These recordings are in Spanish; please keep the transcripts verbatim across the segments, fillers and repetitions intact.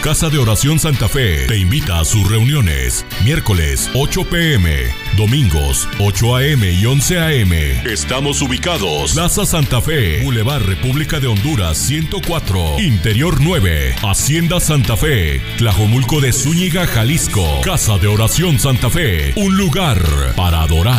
Casa de Oración Santa Fe te invita a sus reuniones. Miércoles ocho pe eme, domingos ocho a eme y once a eme. Estamos ubicados: Plaza Santa Fe, Boulevard República de Honduras ciento cuatro, Interior nueve, Hacienda Santa Fe, Tlajomulco de Zúñiga, Jalisco. Casa de Oración Santa Fe, un lugar para adorar.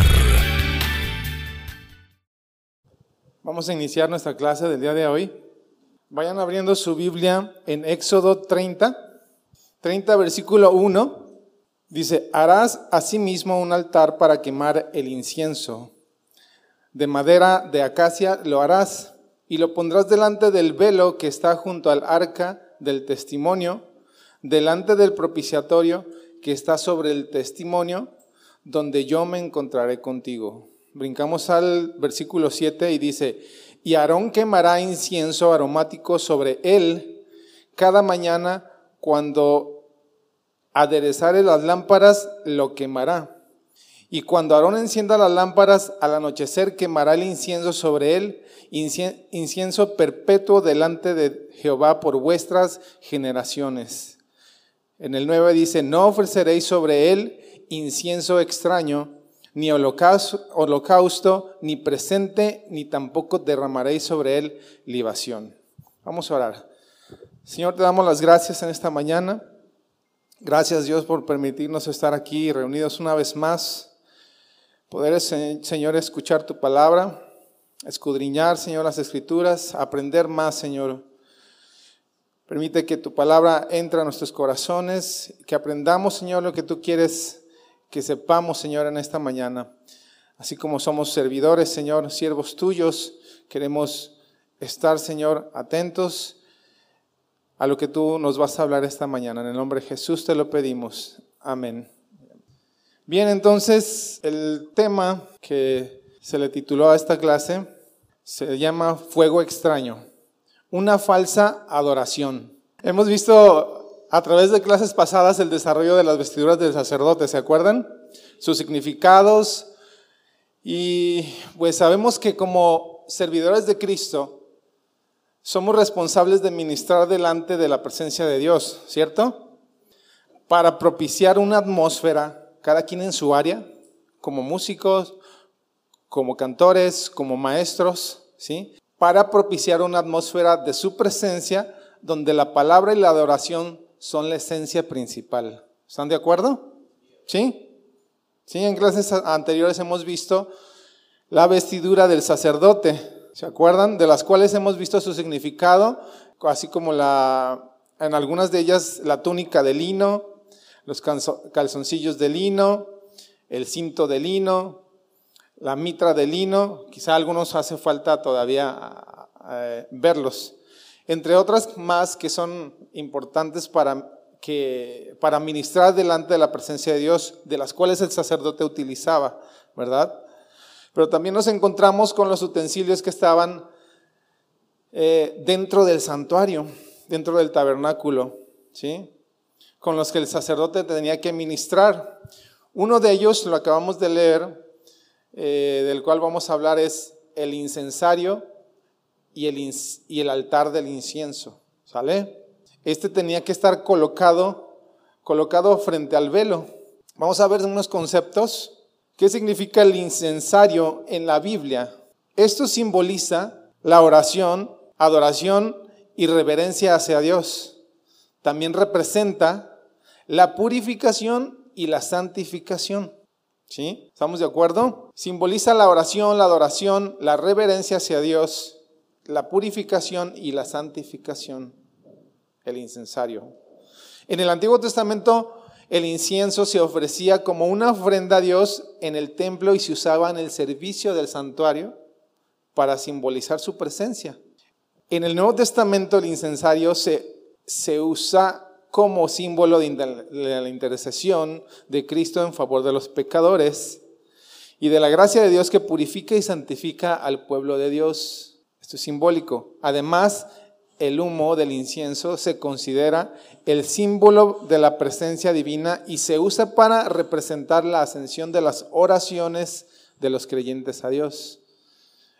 Vamos a iniciar nuestra clase del día de hoy. Vayan abriendo su Biblia en Éxodo treinta, treinta versículo uno. Dice: harás asimismo un altar para quemar el incienso. De madera de acacia lo harás, y lo pondrás delante del velo que está junto al arca del testimonio, delante del propiciatorio que está sobre el testimonio, donde yo me encontraré contigo. Brincamos al versículo siete y dice: y Aarón quemará incienso aromático sobre él cada mañana, cuando aderezare las lámparas lo quemará. Y cuando Aarón encienda las lámparas, al anochecer quemará el incienso sobre él, incienso perpetuo delante de Jehová por vuestras generaciones. En el nueve dice: no ofreceréis sobre él incienso extraño, ni holocausto, holocausto, ni presente, ni tampoco derramaréis sobre él libación. Vamos a orar. Señor, te damos las gracias en esta mañana. Gracias, Dios, por permitirnos estar aquí reunidos una vez más. Poder, Señor, escuchar tu palabra, escudriñar, Señor, las Escrituras, aprender más, Señor. Permite que tu palabra entre a nuestros corazones, que aprendamos, Señor, lo que tú quieres que sepamos, Señor, en esta mañana. Así como somos servidores, Señor, siervos tuyos, queremos estar, Señor, atentos a lo que tú nos vas a hablar esta mañana. En el nombre de Jesús te lo pedimos. Amén. Bien, entonces, el tema que se le tituló a esta clase se llama Fuego Extraño, una falsa adoración. Hemos visto a través de clases pasadas el desarrollo de las vestiduras del sacerdote, ¿se acuerdan? Sus significados, y pues sabemos que como servidores de Cristo somos responsables de ministrar delante de la presencia de Dios, ¿cierto? Para propiciar una atmósfera, cada quien en su área, como músicos, como cantores, como maestros, ¿sí? Para propiciar una atmósfera de su presencia donde la palabra y la adoración son la esencia principal. ¿Están de acuerdo? ¿Sí? Sí, en clases anteriores hemos visto la vestidura del sacerdote, ¿se acuerdan? De las cuales hemos visto su significado, así como la, en algunas de ellas la túnica de lino, los calzoncillos de lino, el cinto de lino, la mitra de lino. Quizá a algunos hace falta todavía eh, verlos. Entre otras más que son importantes para, que, para ministrar delante de la presencia de Dios, de las cuales el sacerdote utilizaba, ¿verdad? Pero también nos encontramos con los utensilios que estaban eh, dentro del santuario, dentro del tabernáculo, ¿sí? Con los que el sacerdote tenía que ministrar. Uno de ellos, lo acabamos de leer, eh, del cual vamos a hablar, es el incensario y el, y el altar del incienso, ¿sale? Este tenía que estar colocado, colocado frente al velo. Vamos a ver unos conceptos. ¿Qué significa el incensario en la Biblia? Esto simboliza la oración, adoración y reverencia hacia Dios. También representa la purificación y la santificación. ¿Sí? ¿Estamos de acuerdo? Simboliza la oración, la adoración, la reverencia hacia Dios, la purificación y la santificación, el incensario. En el Antiguo Testamento, el incienso se ofrecía como una ofrenda a Dios en el templo y se usaba en el servicio del santuario para simbolizar su presencia. En el Nuevo Testamento, el incensario se, se usa como símbolo de la intercesión de Cristo en favor de los pecadores y de la gracia de Dios que purifica y santifica al pueblo de Dios. Esto es simbólico. Además, el humo del incienso se considera el símbolo de la presencia divina y se usa para representar la ascensión de las oraciones de los creyentes a Dios.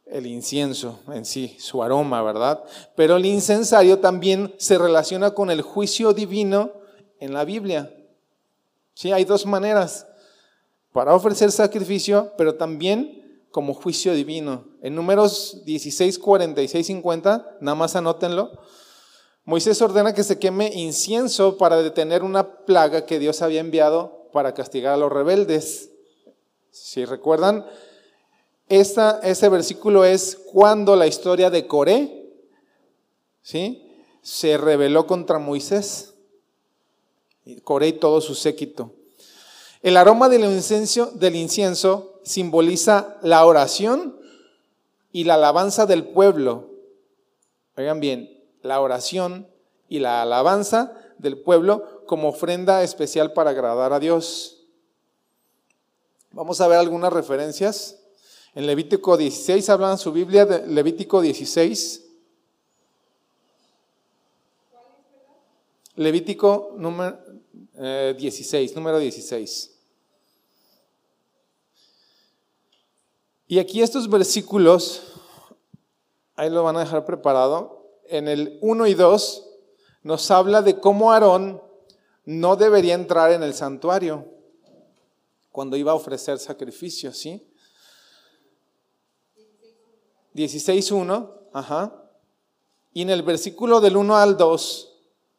el incienso en sí, su aroma, ¿verdad? Pero el incensario también se relaciona con el juicio divino en la Biblia. Sí, hay dos maneras, para ofrecer sacrificio, pero también como juicio divino. En Números dieciséis, cuarenta y seis, cincuenta, nada más anótenlo. Moisés ordena que se queme incienso para detener una plaga que Dios había enviado para castigar a los rebeldes. Si recuerdan, esta, ese versículo es cuando la historia de Coré, ¿sí?, se rebeló contra Moisés. Coré y todo su séquito. El aroma del incienso, del incienso simboliza la oración y la alabanza del pueblo. Oigan bien, la oración y la alabanza del pueblo como ofrenda especial para agradar a Dios. Vamos a ver algunas referencias. En Levítico dieciséis, hablan su Biblia de Levítico dieciséis. Levítico número eh, dieciséis, número dieciséis. Y aquí estos versículos, ahí lo van a dejar preparado, en el uno y dos nos habla de cómo Aarón no debería entrar en el santuario cuando iba a ofrecer sacrificios, ¿sí? dieciséis uno, ajá. Y en el versículo del uno al dos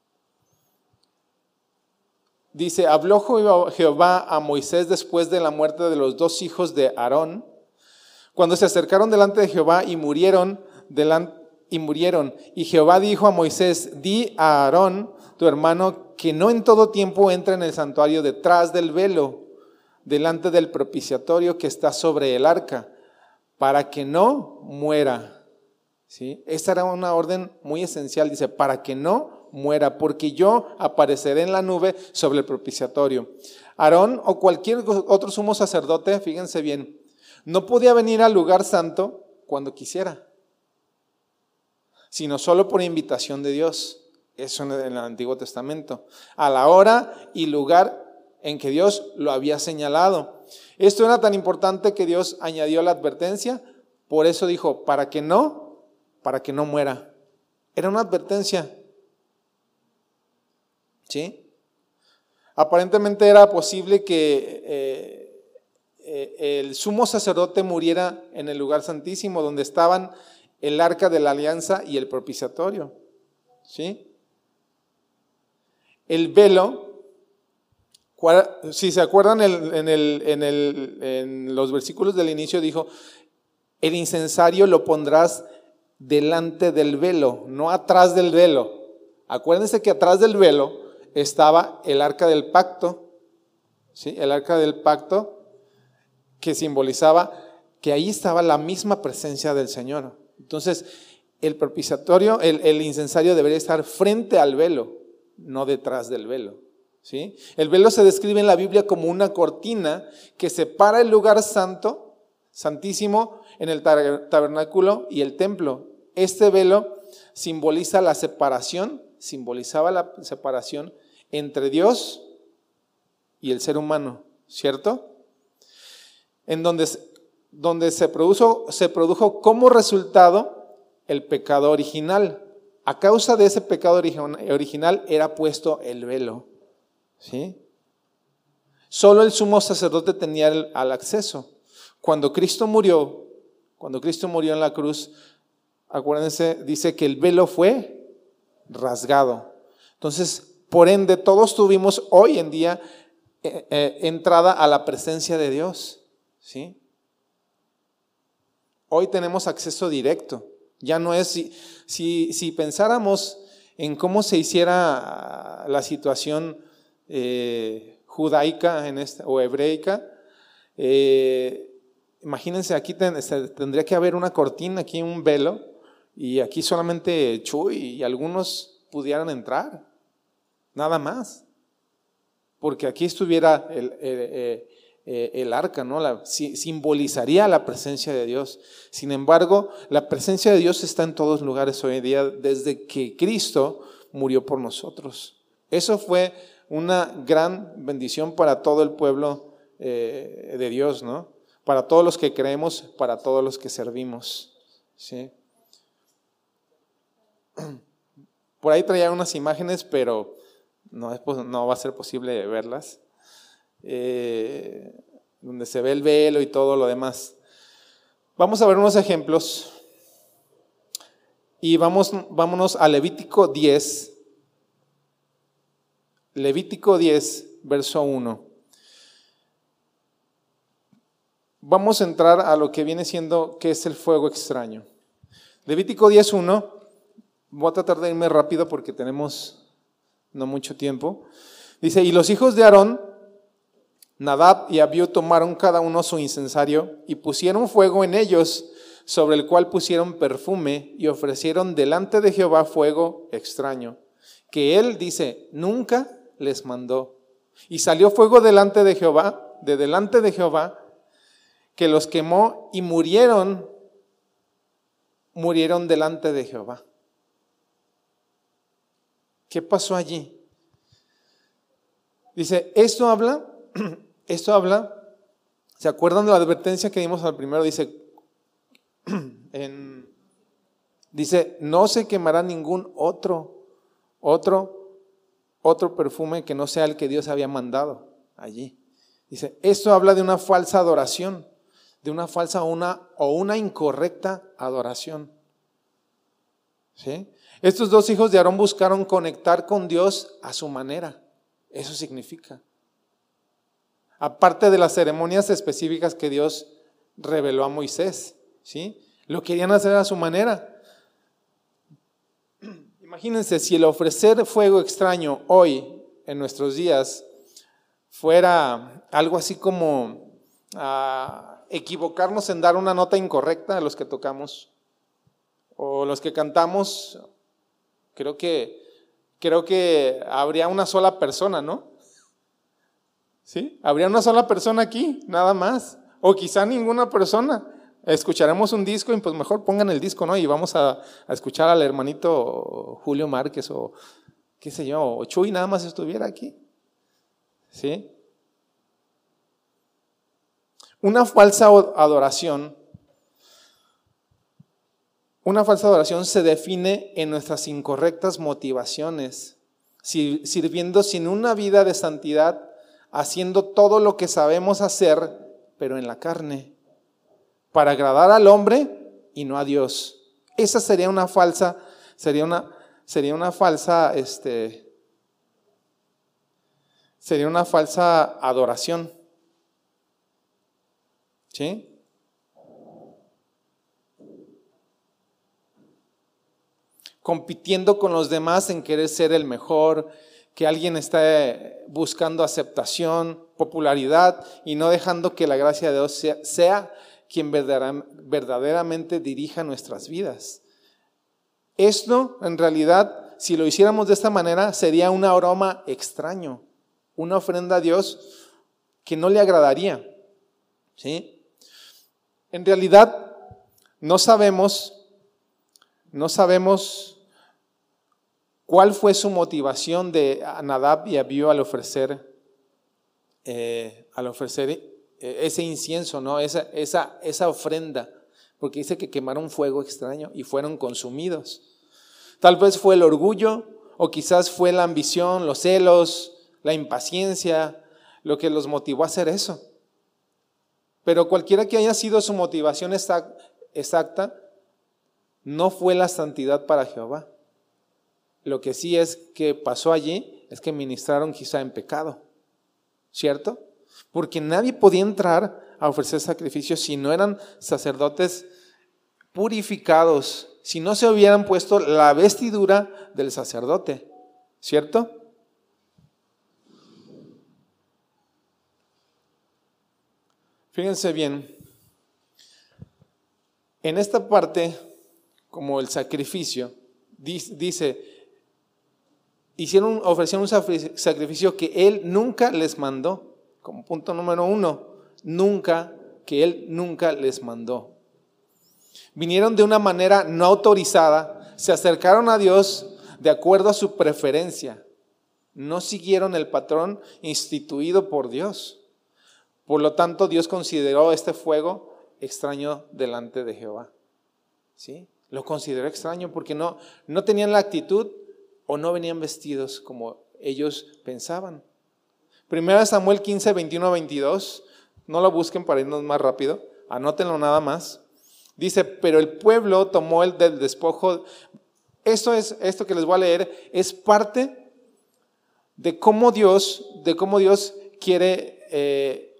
dice: habló Jehová a Moisés después de la muerte de los dos hijos de Aarón, cuando se acercaron delante de Jehová y murieron delante y murieron. Y Jehová dijo a Moisés: di a Aarón, tu hermano, que no en todo tiempo entre en el santuario detrás del velo, delante del propiciatorio que está sobre el arca, para que no muera. ¿Sí? Esta era una orden muy esencial, dice, para que no muera, porque yo apareceré en la nube sobre el propiciatorio. Aarón o cualquier otro sumo sacerdote, fíjense bien, no podía venir al lugar santo cuando quisiera, sino solo por invitación de Dios. Eso en el Antiguo Testamento, a la hora y lugar en que Dios lo había señalado. Esto era tan importante que Dios añadió la advertencia, por eso dijo, para que no, para que no muera. Era una advertencia, ¿sí? Aparentemente era posible que eh, eh, el sumo sacerdote muriera en el lugar santísimo, donde estaban el arca de la alianza y el propiciatorio, ¿sí? El velo, si se acuerdan en, el, en, el, en los versículos del inicio dijo, el incensario lo pondrás delante del velo, no atrás del velo. Acuérdense que atrás del velo estaba el arca del pacto, ¿sí? El arca del pacto que simbolizaba que ahí estaba la misma presencia del Señor. Entonces, el propiciatorio, el, el incensario debería estar frente al velo, no detrás del velo, ¿sí? El velo se describe en la Biblia como una cortina que separa el lugar santo, santísimo, en el tabernáculo y el templo. Este velo simboliza la separación, simbolizaba la separación entre Dios y el ser humano, ¿cierto? En donde, donde se produjo, se produjo como resultado el pecado original. A causa de ese pecado original era puesto el velo, ¿sí? Solo el sumo sacerdote tenía el, el acceso. Cuando Cristo murió, cuando Cristo murió en la cruz, acuérdense, dice que el velo fue rasgado. Entonces, por ende, todos tuvimos hoy en día eh, eh, entrada a la presencia de Dios, ¿sí? Hoy tenemos acceso directo. Ya no es, si, si, si pensáramos en cómo se hiciera la situación eh, judaica en esta, o hebreica, eh, imagínense, aquí ten, tendría que haber una cortina, aquí un velo, y aquí solamente Chuy y algunos pudieran entrar, nada más, porque aquí estuviera el, el, el, el arca, ¿no? La, simbolizaría la presencia de Dios. Sin embargo, la presencia de Dios está en todos lugares hoy en día desde que Cristo murió por nosotros. Eso fue una gran bendición para todo el pueblo eh, de Dios, ¿no? Para todos los que creemos, para todos los que servimos. ¿sí? Por ahí traía unas imágenes, pero no, es, no va a ser posible verlas. Eh, donde se ve el velo y todo lo demás. Vamos a ver unos ejemplos. Y vamos, vámonos a Levítico diez. Levítico diez, verso uno. Vamos a entrar a lo que viene siendo, ¿qué es el fuego extraño? Levítico diez, uno. Voy a tratar de irme rápido porque tenemos no mucho tiempo. Dice, y los hijos de Aarón, Nadab y Abiú, tomaron cada uno su incensario y pusieron fuego en ellos, sobre el cual pusieron perfume y ofrecieron delante de Jehová fuego extraño, que él, dice, nunca les mandó. Y salió fuego delante de Jehová, de delante de Jehová, que los quemó y murieron, murieron delante de Jehová. ¿Qué pasó allí? Dice, esto habla, esto habla, ¿se acuerdan de la advertencia que dimos al primero? Dice, en, dice, no se quemará ningún otro, otro, otro perfume que no sea el que Dios había mandado allí. Dice, esto habla de una falsa adoración, de una falsa una, o una incorrecta adoración. ¿Sí? Estos dos hijos de Aarón buscaron conectar con Dios a su manera. Eso significa. Aparte de las ceremonias específicas que Dios reveló a Moisés, ¿sí? Lo querían hacer a su manera. Imagínense, si el ofrecer fuego extraño hoy, en nuestros días, fuera algo así como uh, equivocarnos en dar una nota incorrecta a los que tocamos o los que cantamos, creo que, creo que habría una sola persona, ¿no? ¿Sí? Habría una sola persona aquí, nada más. O quizá ninguna persona. Escucharemos un disco y pues mejor pongan el disco, ¿no? Y vamos a, a escuchar al hermanito Julio Márquez o qué sé yo, o Chuy nada más estuviera aquí. ¿Sí? Una falsa adoración, una falsa adoración se define en nuestras incorrectas motivaciones, sirviendo sin una vida de santidad, haciendo todo lo que sabemos hacer, pero en la carne, para agradar al hombre y no a Dios. Esa sería una falsa, sería una, sería una falsa, este, sería una falsa adoración. ¿Sí? Compitiendo con los demás en querer ser el mejor, que alguien está buscando aceptación, popularidad y no dejando que la gracia de Dios sea, sea quien verdaderamente dirija nuestras vidas. Esto, en realidad, si lo hiciéramos de esta manera, sería un aroma extraño, una ofrenda a Dios que no le agradaría. ¿Sí? En realidad, no sabemos, no sabemos cuál fue su motivación de Nadab y Abiú al ofrecer, eh, al ofrecer ese incienso, ¿no? Esa, esa, esa ofrenda, porque dice que quemaron fuego extraño y fueron consumidos. Tal vez fue el orgullo, o quizás fue la ambición, los celos, la impaciencia, lo que los motivó a hacer eso. Pero cualquiera que haya sido su motivación exacta, no fue la santidad para Jehová. Lo que sí es que pasó allí es que ministraron quizá en pecado, ¿cierto? Porque nadie podía entrar a ofrecer sacrificios si no eran sacerdotes purificados, si no se hubieran puesto la vestidura del sacerdote, ¿cierto? Fíjense bien, en esta parte, como el sacrificio, dice, hicieron, ofrecieron un sacrificio que Él nunca les mandó, como punto número uno, nunca, que Él nunca les mandó. Vinieron de una manera no autorizada, se acercaron a Dios de acuerdo a su preferencia, no siguieron el patrón instituido por Dios. Por lo tanto, Dios consideró este fuego extraño delante de Jehová. ¿sí? Lo consideró extraño porque no, no tenían la actitud o no venían vestidos como ellos pensaban. Primera de Samuel quince, veintiuno a veintidós, no lo busquen para irnos más rápido, anótenlo nada más. Dice, pero el pueblo tomó el del despojo. Esto es, esto que les voy a leer es parte de cómo Dios, de cómo Dios quiere, eh,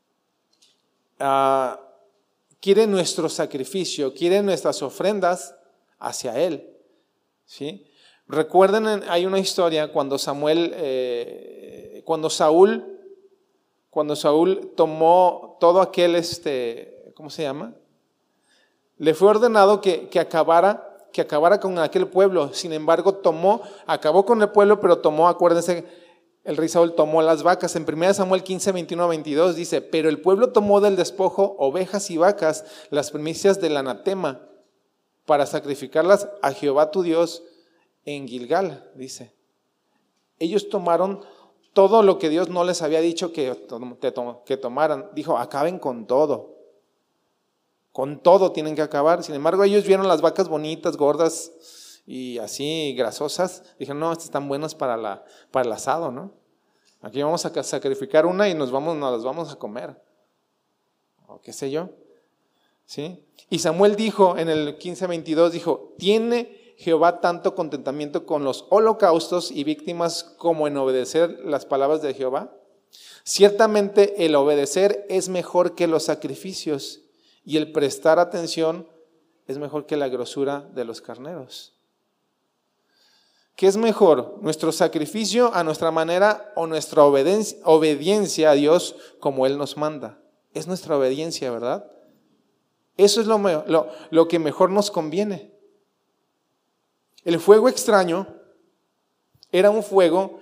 uh, quiere nuestro sacrificio, quiere nuestras ofrendas hacia Él, ¿sí? Recuerden, hay una historia cuando Samuel, eh, cuando Saúl, cuando Saúl tomó todo aquel, este, ¿cómo se llama? Le fue ordenado que, que acabara, que acabara con aquel pueblo. Sin embargo, tomó, acabó con el pueblo, pero tomó, acuérdense, el rey Saúl tomó las vacas. En primera de Samuel quince, veintiuno a veintidós dice, pero el pueblo tomó del despojo ovejas y vacas, las primicias del anatema, para sacrificarlas a Jehová tu Dios en Gilgal, dice. Ellos tomaron todo lo que Dios no les había dicho que, que tomaran. Dijo, acaben con todo. Con todo tienen que acabar. Sin embargo, ellos vieron las vacas bonitas, gordas y así grasosas. Dijeron, no, estas están buenas para, la, para el asado, ¿no? Aquí vamos a sacrificar una y nos, vamos, nos las vamos a comer. O qué sé yo. ¿Sí? Y Samuel dijo en el quince veintidós, dijo, ¿tiene Jehová tanto contentamiento con los holocaustos y víctimas como en obedecer las palabras de Jehová? Ciertamente el obedecer es mejor que los sacrificios y el prestar atención es mejor que la grosura de los carneros. ¿Qué es mejor? ¿Nuestro sacrificio a nuestra manera o nuestra obediencia, obediencia a Dios como Él nos manda? Es nuestra obediencia, ¿verdad? Eso es lo, lo, lo que mejor nos conviene. El fuego extraño era un fuego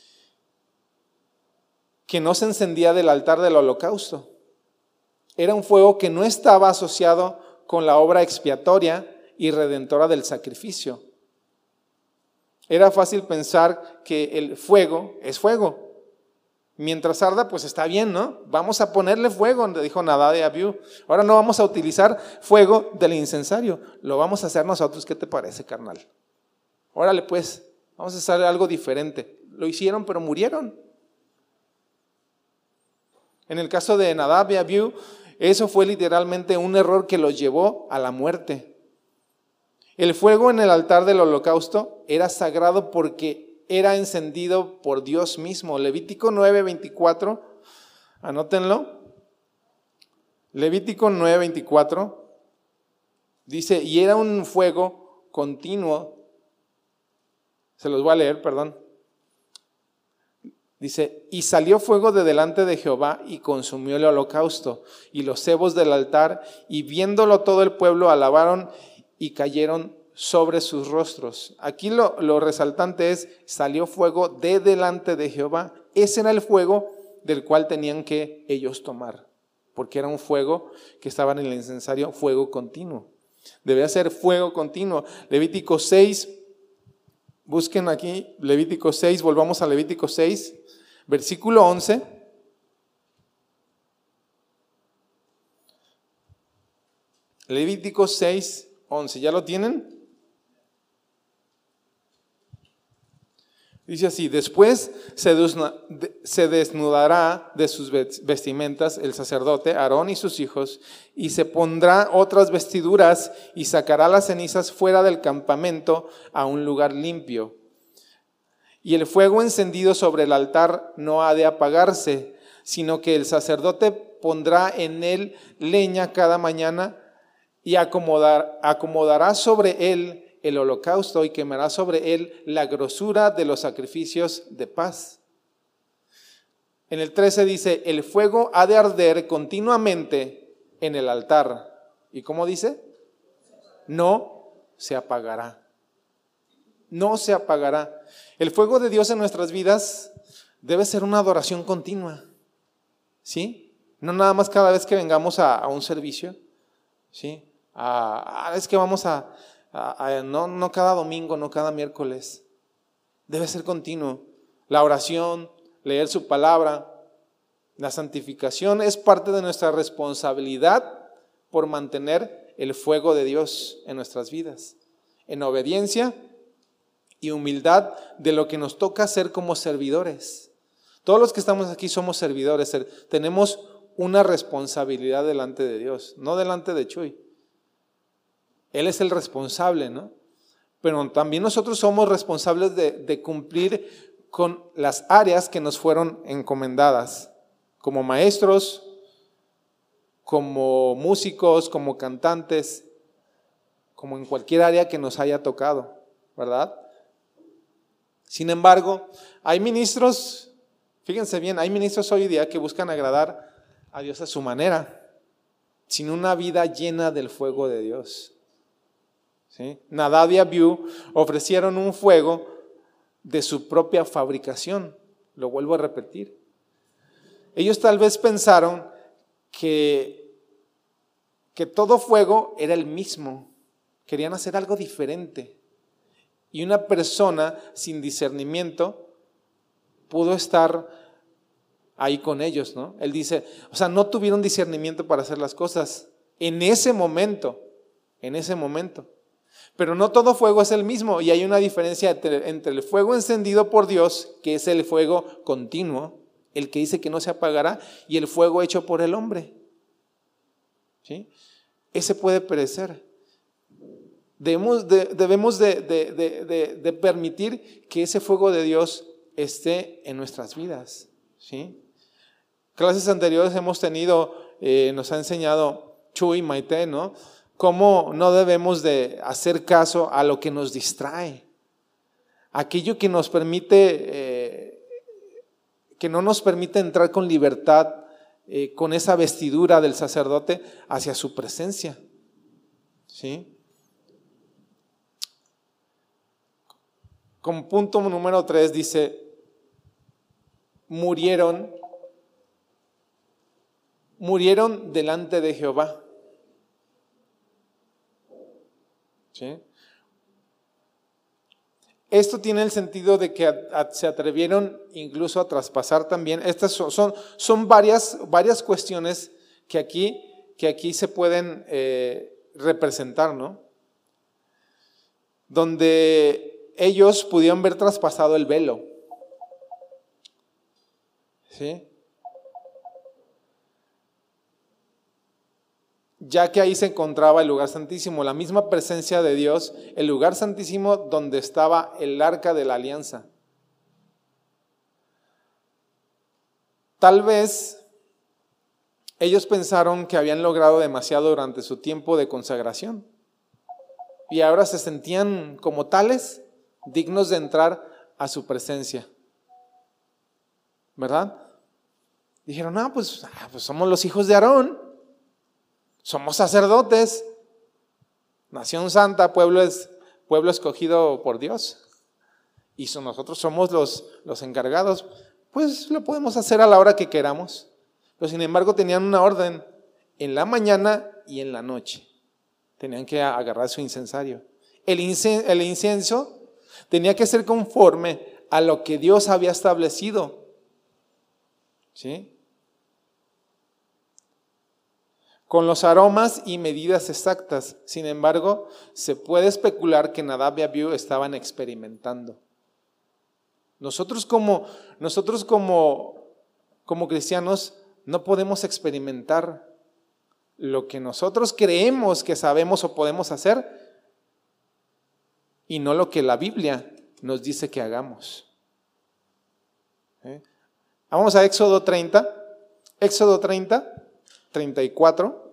que no se encendía del altar del holocausto. Era un fuego que no estaba asociado con la obra expiatoria y redentora del sacrificio. Era fácil pensar que el fuego es fuego. Mientras arda, pues está bien, ¿no? Vamos a ponerle fuego, dijo Nadab y Abiú. Ahora no vamos a utilizar fuego del incensario, lo vamos a hacer nosotros. ¿Qué te parece, carnal? Órale pues, vamos a hacer algo diferente. Lo hicieron, pero murieron. En el caso de Nadab y Abiú, eso fue literalmente un error que los llevó a la muerte. El fuego en el altar del holocausto era sagrado porque era encendido por Dios mismo. Levítico nueve veinticuatro, anótenlo. Levítico nueve veinticuatro dice, y era un fuego continuo. Se los voy a leer, perdón. Dice, y salió fuego de delante de Jehová y consumió el holocausto y los cebos del altar, y viéndolo todo el pueblo alabaron y cayeron sobre sus rostros. Aquí lo, lo resaltante es, salió fuego de delante de Jehová. Ese era el fuego del cual tenían que ellos tomar, porque era un fuego que estaba en el incensario, fuego continuo. Debía ser fuego continuo. Levítico seis, busquen aquí Levítico seis, volvamos a Levítico seis, versículo once. Levítico seis, once, ¿ya lo tienen? Dice así, después se desnudará de sus vestimentas el sacerdote Aarón y sus hijos, y se pondrá otras vestiduras y sacará las cenizas fuera del campamento a un lugar limpio. Y el fuego encendido sobre el altar no ha de apagarse, sino que el sacerdote pondrá en él leña cada mañana y acomodar, acomodará sobre él el holocausto y quemará sobre él la grosura de los sacrificios de paz. En el trece dice, el fuego ha de arder continuamente en el altar. ¿Y cómo dice? No se apagará. No se apagará. El fuego de Dios en nuestras vidas debe ser una adoración continua. ¿Sí? No nada más cada vez que vengamos a, a un servicio. ¿Sí? A, a es que vamos a... No, no cada domingo, no cada miércoles. Debe ser continuo. La oración, leer su palabra, la santificación es parte de nuestra responsabilidad por mantener el fuego de Dios en nuestras vidas, en obediencia y humildad de lo que nos toca hacer como servidores. Todos los que estamos aquí somos servidores, tenemos una responsabilidad delante de Dios, no delante de Chuy. Él es el responsable, ¿no? Pero también nosotros somos responsables de, de cumplir con las áreas que nos fueron encomendadas, como maestros, como músicos, como cantantes, como en cualquier área que nos haya tocado, ¿verdad? Sin embargo, hay ministros, fíjense bien, hay ministros hoy día que buscan agradar a Dios a su manera, sin una vida llena del fuego de Dios. ¿Sí? Nadab y Abiú ofrecieron un fuego de su propia fabricación, lo vuelvo a repetir. Ellos tal vez pensaron que, que todo fuego era el mismo, querían hacer algo diferente. Y una persona sin discernimiento pudo estar ahí con ellos, ¿no? Él dice, o sea, no tuvieron discernimiento para hacer las cosas en ese momento, en ese momento. Pero no todo fuego es el mismo y hay una diferencia entre, entre el fuego encendido por Dios, que es el fuego continuo, el que dice que no se apagará, y el fuego hecho por el hombre. ¿Sí? Ese puede perecer. Debemos, de, debemos de, de, de, de, de permitir que ese fuego de Dios esté en nuestras vidas. ¿Sí? Clases anteriores hemos tenido, eh, nos ha enseñado Chuy, Maite, ¿no? Cómo no debemos de hacer caso a lo que nos distrae, aquello que nos permite, eh, que no nos permite entrar con libertad, eh, con esa vestidura del sacerdote hacia su presencia. ¿Sí? Como punto número tres dice, murieron, murieron delante de Jehová. ¿Sí? Esto tiene el sentido de que a, a, se atrevieron incluso a traspasar también. Estas son, son, son varias, varias cuestiones que aquí, que aquí se pueden eh, representar, ¿no? Donde ellos pudieron ver traspasado el velo. ¿Sí? Ya que ahí se encontraba el lugar santísimo, la misma presencia de Dios, el lugar santísimo donde estaba el arca de la alianza. Tal vez ellos pensaron que habían logrado demasiado durante su tiempo de consagración y ahora se sentían como tales, dignos de entrar a su presencia, ¿verdad? Dijeron, no, pues, ah, pues somos los hijos de Aarón. Somos sacerdotes, nación santa, pueblo, es, pueblo escogido por Dios. Y so, nosotros somos los, los encargados. Pues lo podemos hacer a la hora que queramos. Pero sin embargo tenían una orden en la mañana y en la noche. Tenían que agarrar su incensario. El incienso, el incienso tenía que ser conforme a lo que Dios había establecido. ¿Sí? Con los aromas y medidas exactas. Sin embargo, se puede especular que Nadab y Abiú estaban experimentando. Nosotros como, nosotros como, como cristianos no podemos experimentar lo que nosotros creemos que sabemos o podemos hacer y no lo que la Biblia nos dice que hagamos. ¿Eh? Vamos a Éxodo treinta. Éxodo treinta. treinta y cuatro.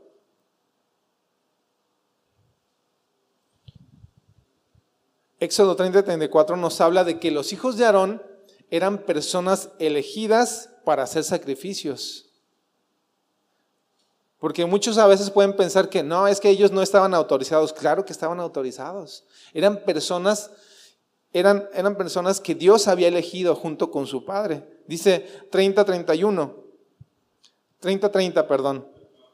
Éxodo treinta, treinta y cuatro nos habla de que los hijos de Aarón eran personas elegidas para hacer sacrificios. Porque muchos a veces pueden pensar que no, es que ellos no estaban autorizados. Claro que estaban autorizados. Eran personas, eran, eran personas que Dios había elegido junto con su Padre. Dice treinta, treinta y uno. treinta, treinta, perdón.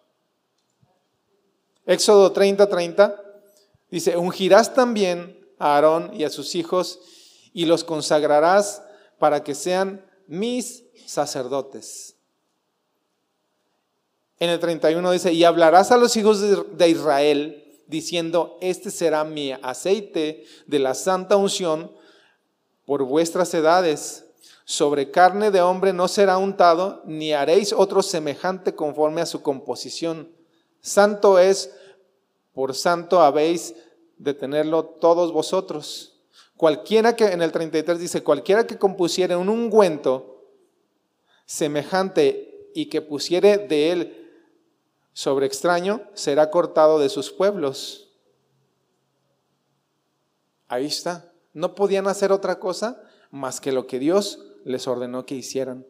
Éxodo treinta, treinta. Dice, ungirás también a Aarón y a sus hijos y los consagrarás para que sean mis sacerdotes. En el treinta y uno dice, y hablarás a los hijos de Israel diciendo, este será mi aceite de la santa unción por vuestras edades. Sobre carne de hombre no será untado, ni haréis otro semejante conforme a su composición. Santo es, por santo habéis de tenerlo todos vosotros. Cualquiera que, en el treinta y tres dice, cualquiera que compusiere un ungüento semejante y que pusiere de él sobre extraño, será cortado de sus pueblos. Ahí está. No podían hacer otra cosa más que lo que Dios les ordenó que hicieran.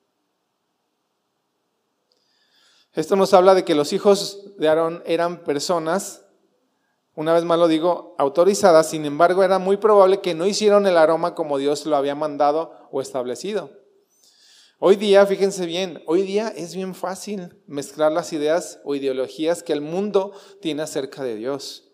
Esto nos habla de que los hijos de Aarón eran personas, una vez más lo digo, autorizadas. Sin embargo, era muy probable que no hicieron el aroma como Dios lo había mandado o establecido. Hoy día, fíjense bien, hoy día es bien fácil mezclar las ideas o ideologías que el mundo tiene acerca de Dios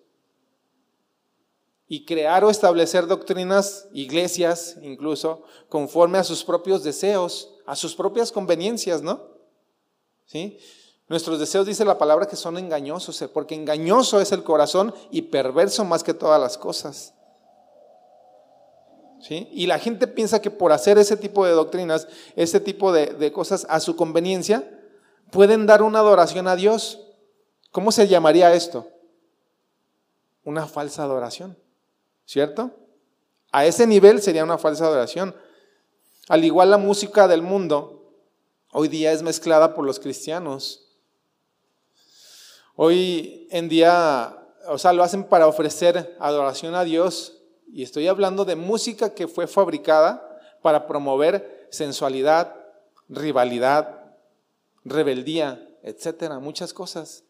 y crear o establecer doctrinas, iglesias incluso, conforme a sus propios deseos, a sus propias conveniencias, ¿no? ¿Sí? Nuestros deseos, dice la palabra, que son engañosos, porque engañoso es el corazón y perverso más que todas las cosas. ¿Sí? Y la gente piensa que por hacer ese tipo de doctrinas, ese tipo de, de cosas a su conveniencia, pueden dar una adoración a Dios. ¿Cómo se llamaría esto? Una falsa adoración, ¿cierto? A ese nivel sería una falsa adoración. Al igual la música del mundo, hoy día es mezclada por los cristianos. Hoy en día, o sea, lo hacen para ofrecer adoración a Dios. Y estoy hablando de música que fue fabricada para promover sensualidad, rivalidad, rebeldía, etcétera, muchas cosas.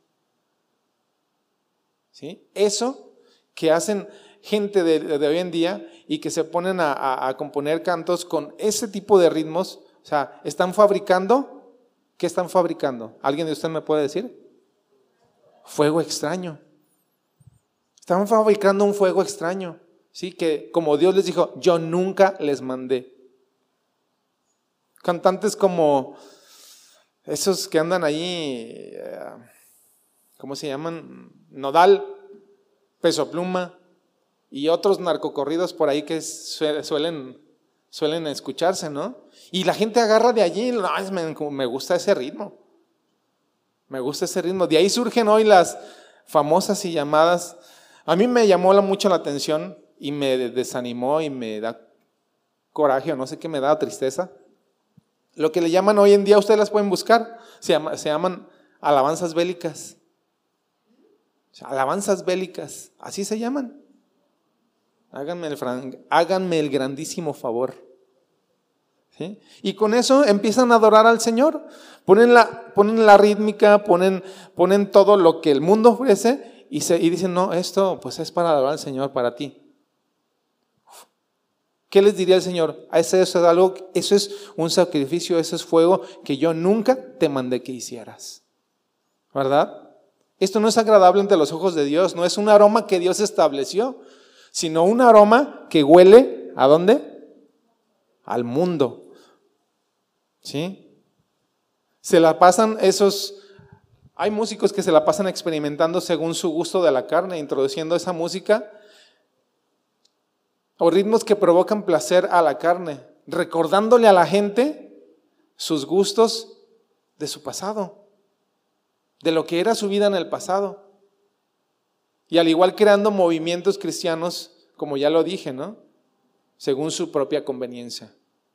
¿Sí? Eso que hacen gente de, de hoy en día y que se ponen a, a, a componer cantos con ese tipo de ritmos, o sea, están fabricando, ¿qué están fabricando? ¿Alguien de ustedes me puede decir? Fuego extraño. Están fabricando un fuego extraño. Sí, que como Dios les dijo, yo nunca les mandé. Cantantes como esos que andan ahí, ¿cómo se llaman? Nodal, Peso Pluma y otros narcocorridos por ahí que suelen, suelen escucharse, ¿no? Y la gente agarra de allí, no, me, me gusta ese ritmo, me gusta ese ritmo. De ahí surgen hoy las famosas y llamadas, a mí me llamó mucho la atención y me desanimó y me da coraje o no sé qué me da, tristeza. Lo que le llaman hoy en día, ustedes las pueden buscar, se, llama, se llaman alabanzas bélicas. O sea, alabanzas bélicas, así se llaman. Háganme el, háganme el grandísimo favor. ¿Sí? Y con eso empiezan a adorar al Señor. Ponen la, ponen la rítmica, ponen, ponen todo lo que el mundo ofrece y, se, y dicen, no, esto pues es para adorar al Señor, para ti. ¿Qué les diría el Señor? Eso es algo, eso es un sacrificio, eso es fuego que yo nunca te mandé que hicieras. ¿Verdad? Esto no es agradable ante los ojos de Dios, no es un aroma que Dios estableció, sino un aroma que huele, ¿a dónde? Al mundo. ¿Sí? Se la pasan esos, hay músicos que se la pasan experimentando según su gusto de la carne, introduciendo esa música o ritmos que provocan placer a la carne, recordándole a la gente sus gustos de su pasado, de lo que era su vida en el pasado. Y al igual creando movimientos cristianos, como ya lo dije, ¿no? Según su propia conveniencia.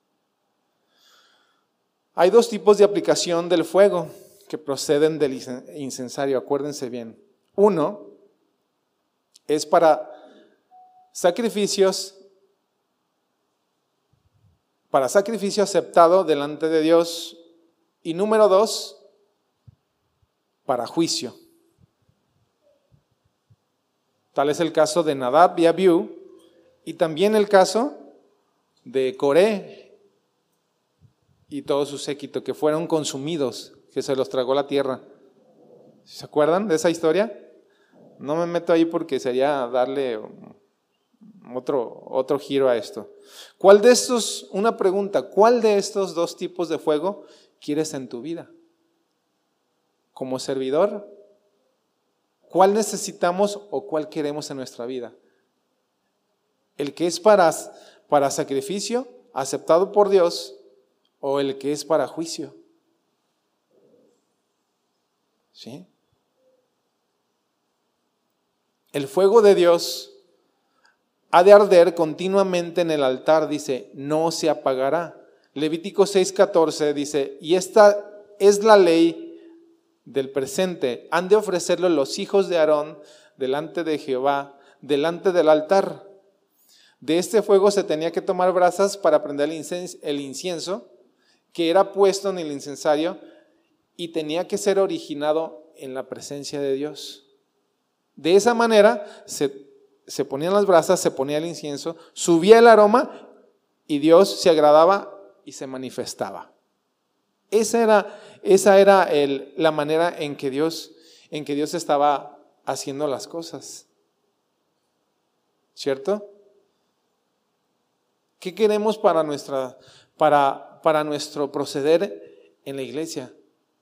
Hay dos tipos de aplicación del fuego que proceden del incensario, acuérdense bien. Uno es para sacrificios, para sacrificio aceptado delante de Dios. Y número dos, para juicio. Tal es el caso de Nadab y Abiú, y también el caso de Coré y todo su séquito, que fueron consumidos, que se los tragó la tierra. ¿Se acuerdan de esa historia? No me meto ahí porque sería darle otro, otro giro a esto. ¿Cuál de estos, una pregunta, cuál de estos dos tipos de fuego quieres en tu vida? como servidor, ¿cuál necesitamos o cuál queremos en nuestra vida? ¿El que es para, para sacrificio, aceptado por Dios, o el que es para juicio? ¿Sí? El fuego de Dios ha de arder continuamente en el altar, dice, no se apagará. Levítico seis catorce dice, y esta es la ley del presente, han de ofrecerlo los hijos de Aarón delante de Jehová, delante del altar. De este fuego se tenía que tomar brasas para prender el incienso, que era puesto en el incensario y tenía que ser originado en la presencia de Dios. De esa manera se, se ponían las brasas, se ponía el incienso, subía el aroma y Dios se agradaba y se manifestaba. Esa era, esa era el, la manera en que Dios, en que Dios estaba haciendo las cosas. ¿Cierto? ¿Qué queremos para, nuestra, para, para nuestro proceder en la iglesia?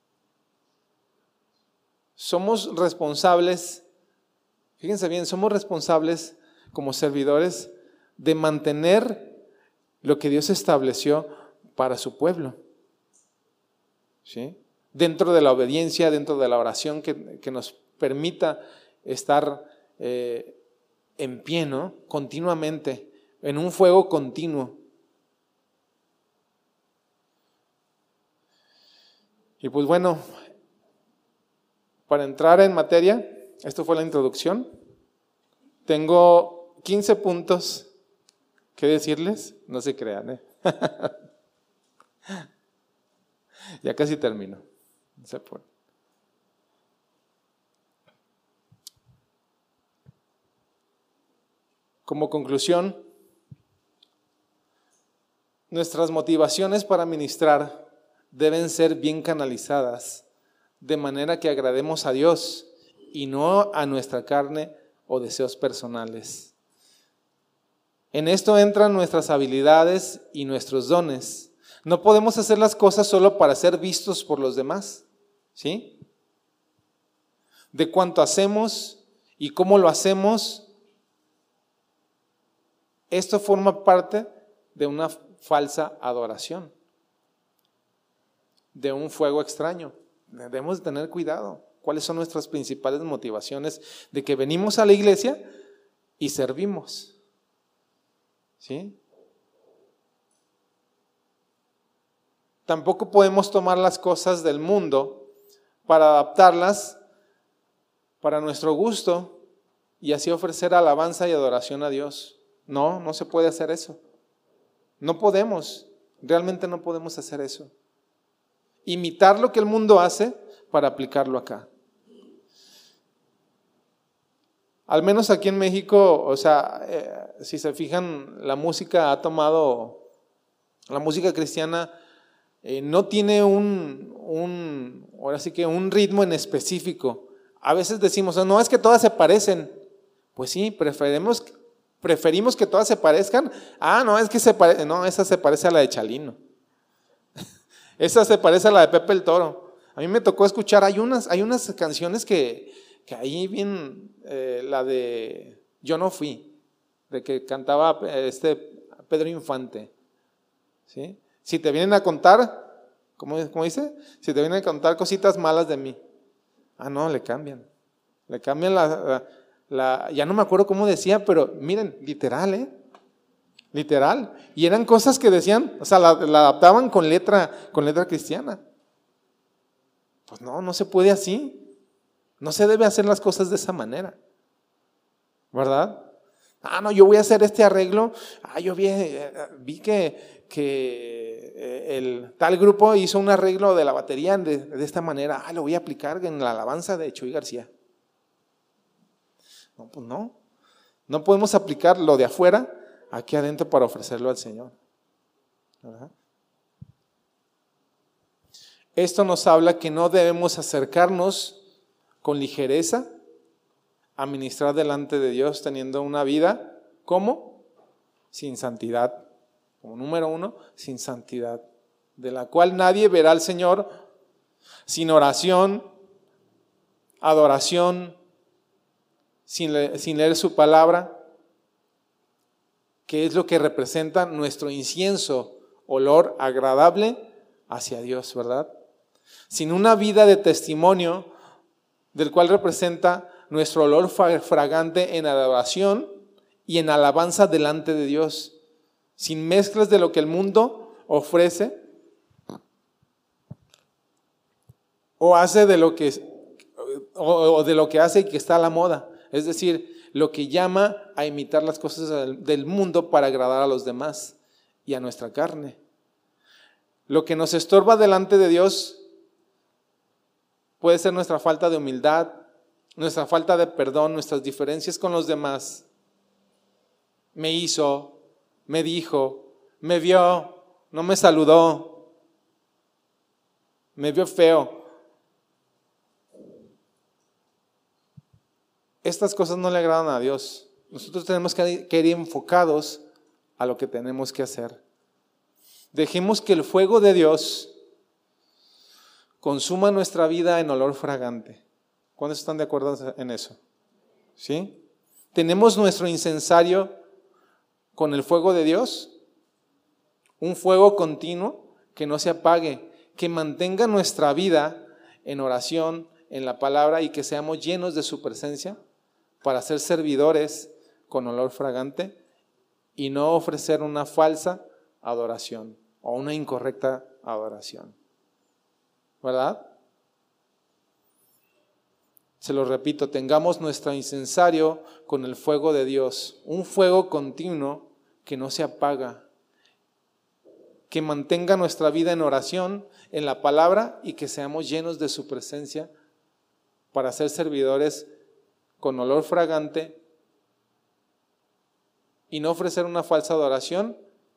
Somos responsables, fíjense bien, somos responsables como servidores de mantener lo que Dios estableció para su pueblo. ¿Sí? Dentro de la obediencia, dentro de la oración que, que nos permita estar eh, en pie, ¿no? Continuamente, en un fuego continuo. Y pues bueno, para entrar en materia, esto fue la introducción. Tengo quince puntos que decirles, no se crean, ¿eh? Ya casi termino. No se puede. Como conclusión, nuestras motivaciones para ministrar deben ser bien canalizadas, de manera que agrademos a Dios y no a nuestra carne o deseos personales. En esto entran nuestras habilidades y nuestros dones. No podemos hacer las cosas solo para ser vistos por los demás, ¿sí? De cuánto hacemos y cómo lo hacemos, esto forma parte de una falsa adoración, de un fuego extraño. Debemos de tener cuidado. ¿Cuáles son nuestras principales motivaciones de que venimos a la iglesia y servimos? ¿Sí? Tampoco podemos tomar las cosas del mundo para adaptarlas para nuestro gusto y así ofrecer alabanza y adoración a Dios. No, no se puede hacer eso. No podemos, realmente no podemos hacer eso. Imitar lo que el mundo hace para aplicarlo acá. Al menos aquí en México, o sea, eh, si se fijan, la música ha tomado, la música cristiana eh, no tiene un, un, ahora sí que un ritmo en específico. A veces decimos, no, es que todas se parecen. Pues sí, preferimos, preferimos que todas se parezcan. Ah, no, es que se pare, no, esa se parece a la de Chalino. Esa se parece a la de Pepe el Toro. A mí me tocó escuchar, hay unas, hay unas canciones que, que ahí bien, eh, la de Yo no fui, de que cantaba este Pedro Infante. ¿Sí? Si te vienen a contar, ¿cómo, cómo dice? Si te vienen a contar cositas malas de mí. Ah, no, le cambian. Le cambian la, la, la ya no me acuerdo cómo decía, pero miren, literal, ¿eh? Literal. Y eran cosas que decían, o sea, la, la adaptaban con letra, con letra cristiana. Pues no, no se puede así. No se debe hacer las cosas de esa manera. ¿Verdad? Ah, no, yo voy a hacer este arreglo. Ah, yo vi, vi que, que el tal grupo hizo un arreglo de la batería de, de esta manera. Ah, lo voy a aplicar en la alabanza de Chuy García. No, pues no. No podemos aplicar lo de afuera aquí adentro para ofrecerlo al Señor. ¿Verdad? Esto nos habla que no debemos acercarnos con ligereza a ministrar delante de Dios teniendo una vida, ¿cómo? Sin santidad. Como número uno, sin santidad, de la cual nadie verá al Señor sin oración, adoración, sin, le, sin leer su palabra, que es lo que representa nuestro incienso, olor agradable hacia Dios, ¿verdad? Sin una vida de testimonio, del cual representa nuestro olor fragante en adoración y en alabanza delante de Dios, sin mezclas de lo que el mundo ofrece o hace de lo que o, o de lo que hace y que está a la moda, es decir, lo que llama a imitar las cosas del, del mundo para agradar a los demás y a nuestra carne. Lo que nos estorba delante de Dios puede ser nuestra falta de humildad, nuestra falta de perdón, nuestras diferencias con los demás. Me hizo, me dijo, me vio, no me saludó, me vio feo. Estas cosas no le agradan a Dios. Nosotros tenemos que ir enfocados a lo que tenemos que hacer. Dejemos que el fuego de Dios consuma nuestra vida en olor fragante. ¿Cuántos están de acuerdo en eso? ¿Sí? ¿Tenemos nuestro incensario con el fuego de Dios? Un fuego continuo que no se apague, que mantenga nuestra vida en oración, en la palabra y que seamos llenos de su presencia para ser servidores con olor fragante y no ofrecer una falsa adoración o una incorrecta adoración. ¿Verdad? Se lo repito, tengamos nuestro incensario con el fuego de Dios, un fuego continuo que no se apaga, que mantenga nuestra vida en oración, en la palabra y que seamos llenos de su presencia para ser servidores con olor fragante y no ofrecer una falsa adoración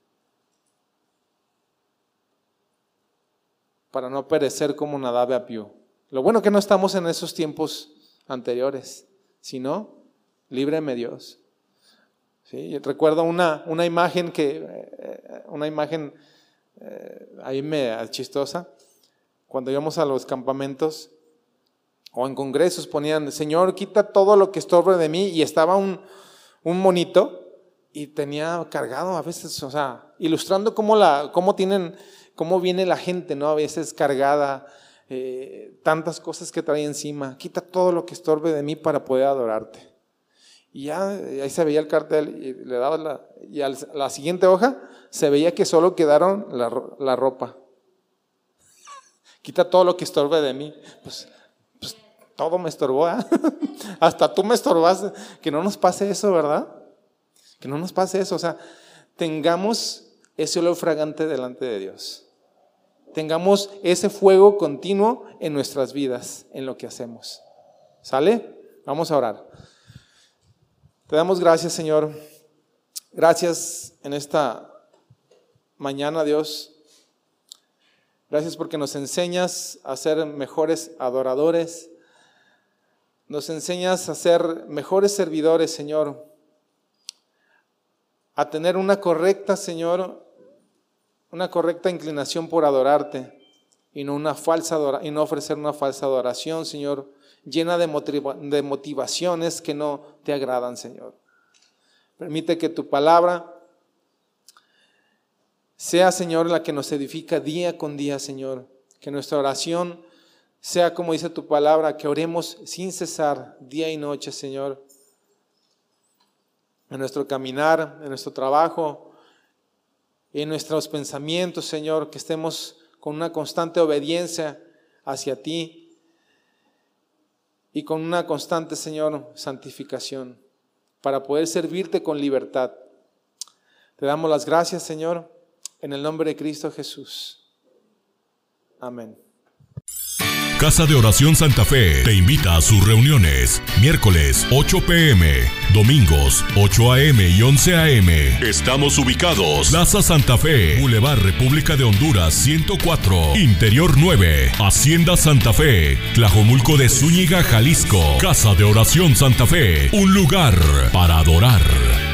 para no perecer como Nadab y Abiú. Lo bueno que no estamos en esos tiempos anteriores, sino líbreme Dios. ¿Sí? Recuerdo una, una imagen que una imagen eh, ahí me chistosa cuando íbamos a los campamentos o en congresos ponían, Señor, quita todo lo que estorbe de mí, y estaba un, un monito y tenía cargado a veces, o sea, ilustrando cómo, la, cómo, tienen, cómo viene la gente, ¿no? A veces cargada, eh, tantas cosas que trae encima, quita todo lo que estorbe de mí para poder adorarte. Y ya ahí se veía el cartel y le daba la, y a la siguiente hoja se veía que solo quedaron la, la ropa. Quita todo lo que estorbe de mí. Pues, pues todo me estorbó, ¿eh? Hasta tú me estorbaste. Que no nos pase eso, ¿verdad? Que no nos pase eso. O sea, tengamos ese olor fragante delante de Dios. Tengamos ese fuego continuo en nuestras vidas, en lo que hacemos. ¿Sale? Vamos a orar. Te damos gracias, Señor. Gracias en esta mañana, Dios. Gracias porque nos enseñas a ser mejores adoradores. Nos enseñas a ser mejores servidores, Señor. A tener una correcta, Señor, una correcta inclinación por adorarte y no una falsa adora- y no ofrecer una falsa adoración, Señor, llena de, motiva- de motivaciones que no te agradan, Señor. Permite que tu palabra sea, Señor, la que nos edifica día con día, Señor. Que nuestra oración sea, como dice tu palabra, que oremos sin cesar día y noche, Señor. En nuestro caminar, en nuestro trabajo, en nuestros pensamientos, Señor, que estemos con una constante obediencia hacia ti y con una constante, Señor, santificación para poder servirte con libertad. Te damos las gracias, Señor, en el nombre de Cristo Jesús. Amén. Casa de Oración Santa Fe te invita a sus reuniones. Miércoles ocho pm, domingos ocho am y once am. Estamos ubicados: Plaza Santa Fe, Boulevard República de Honduras ciento cuatro, Interior nueve, Hacienda Santa Fe, Tlajomulco de Zúñiga, Jalisco. Casa de Oración Santa Fe, un lugar para adorar.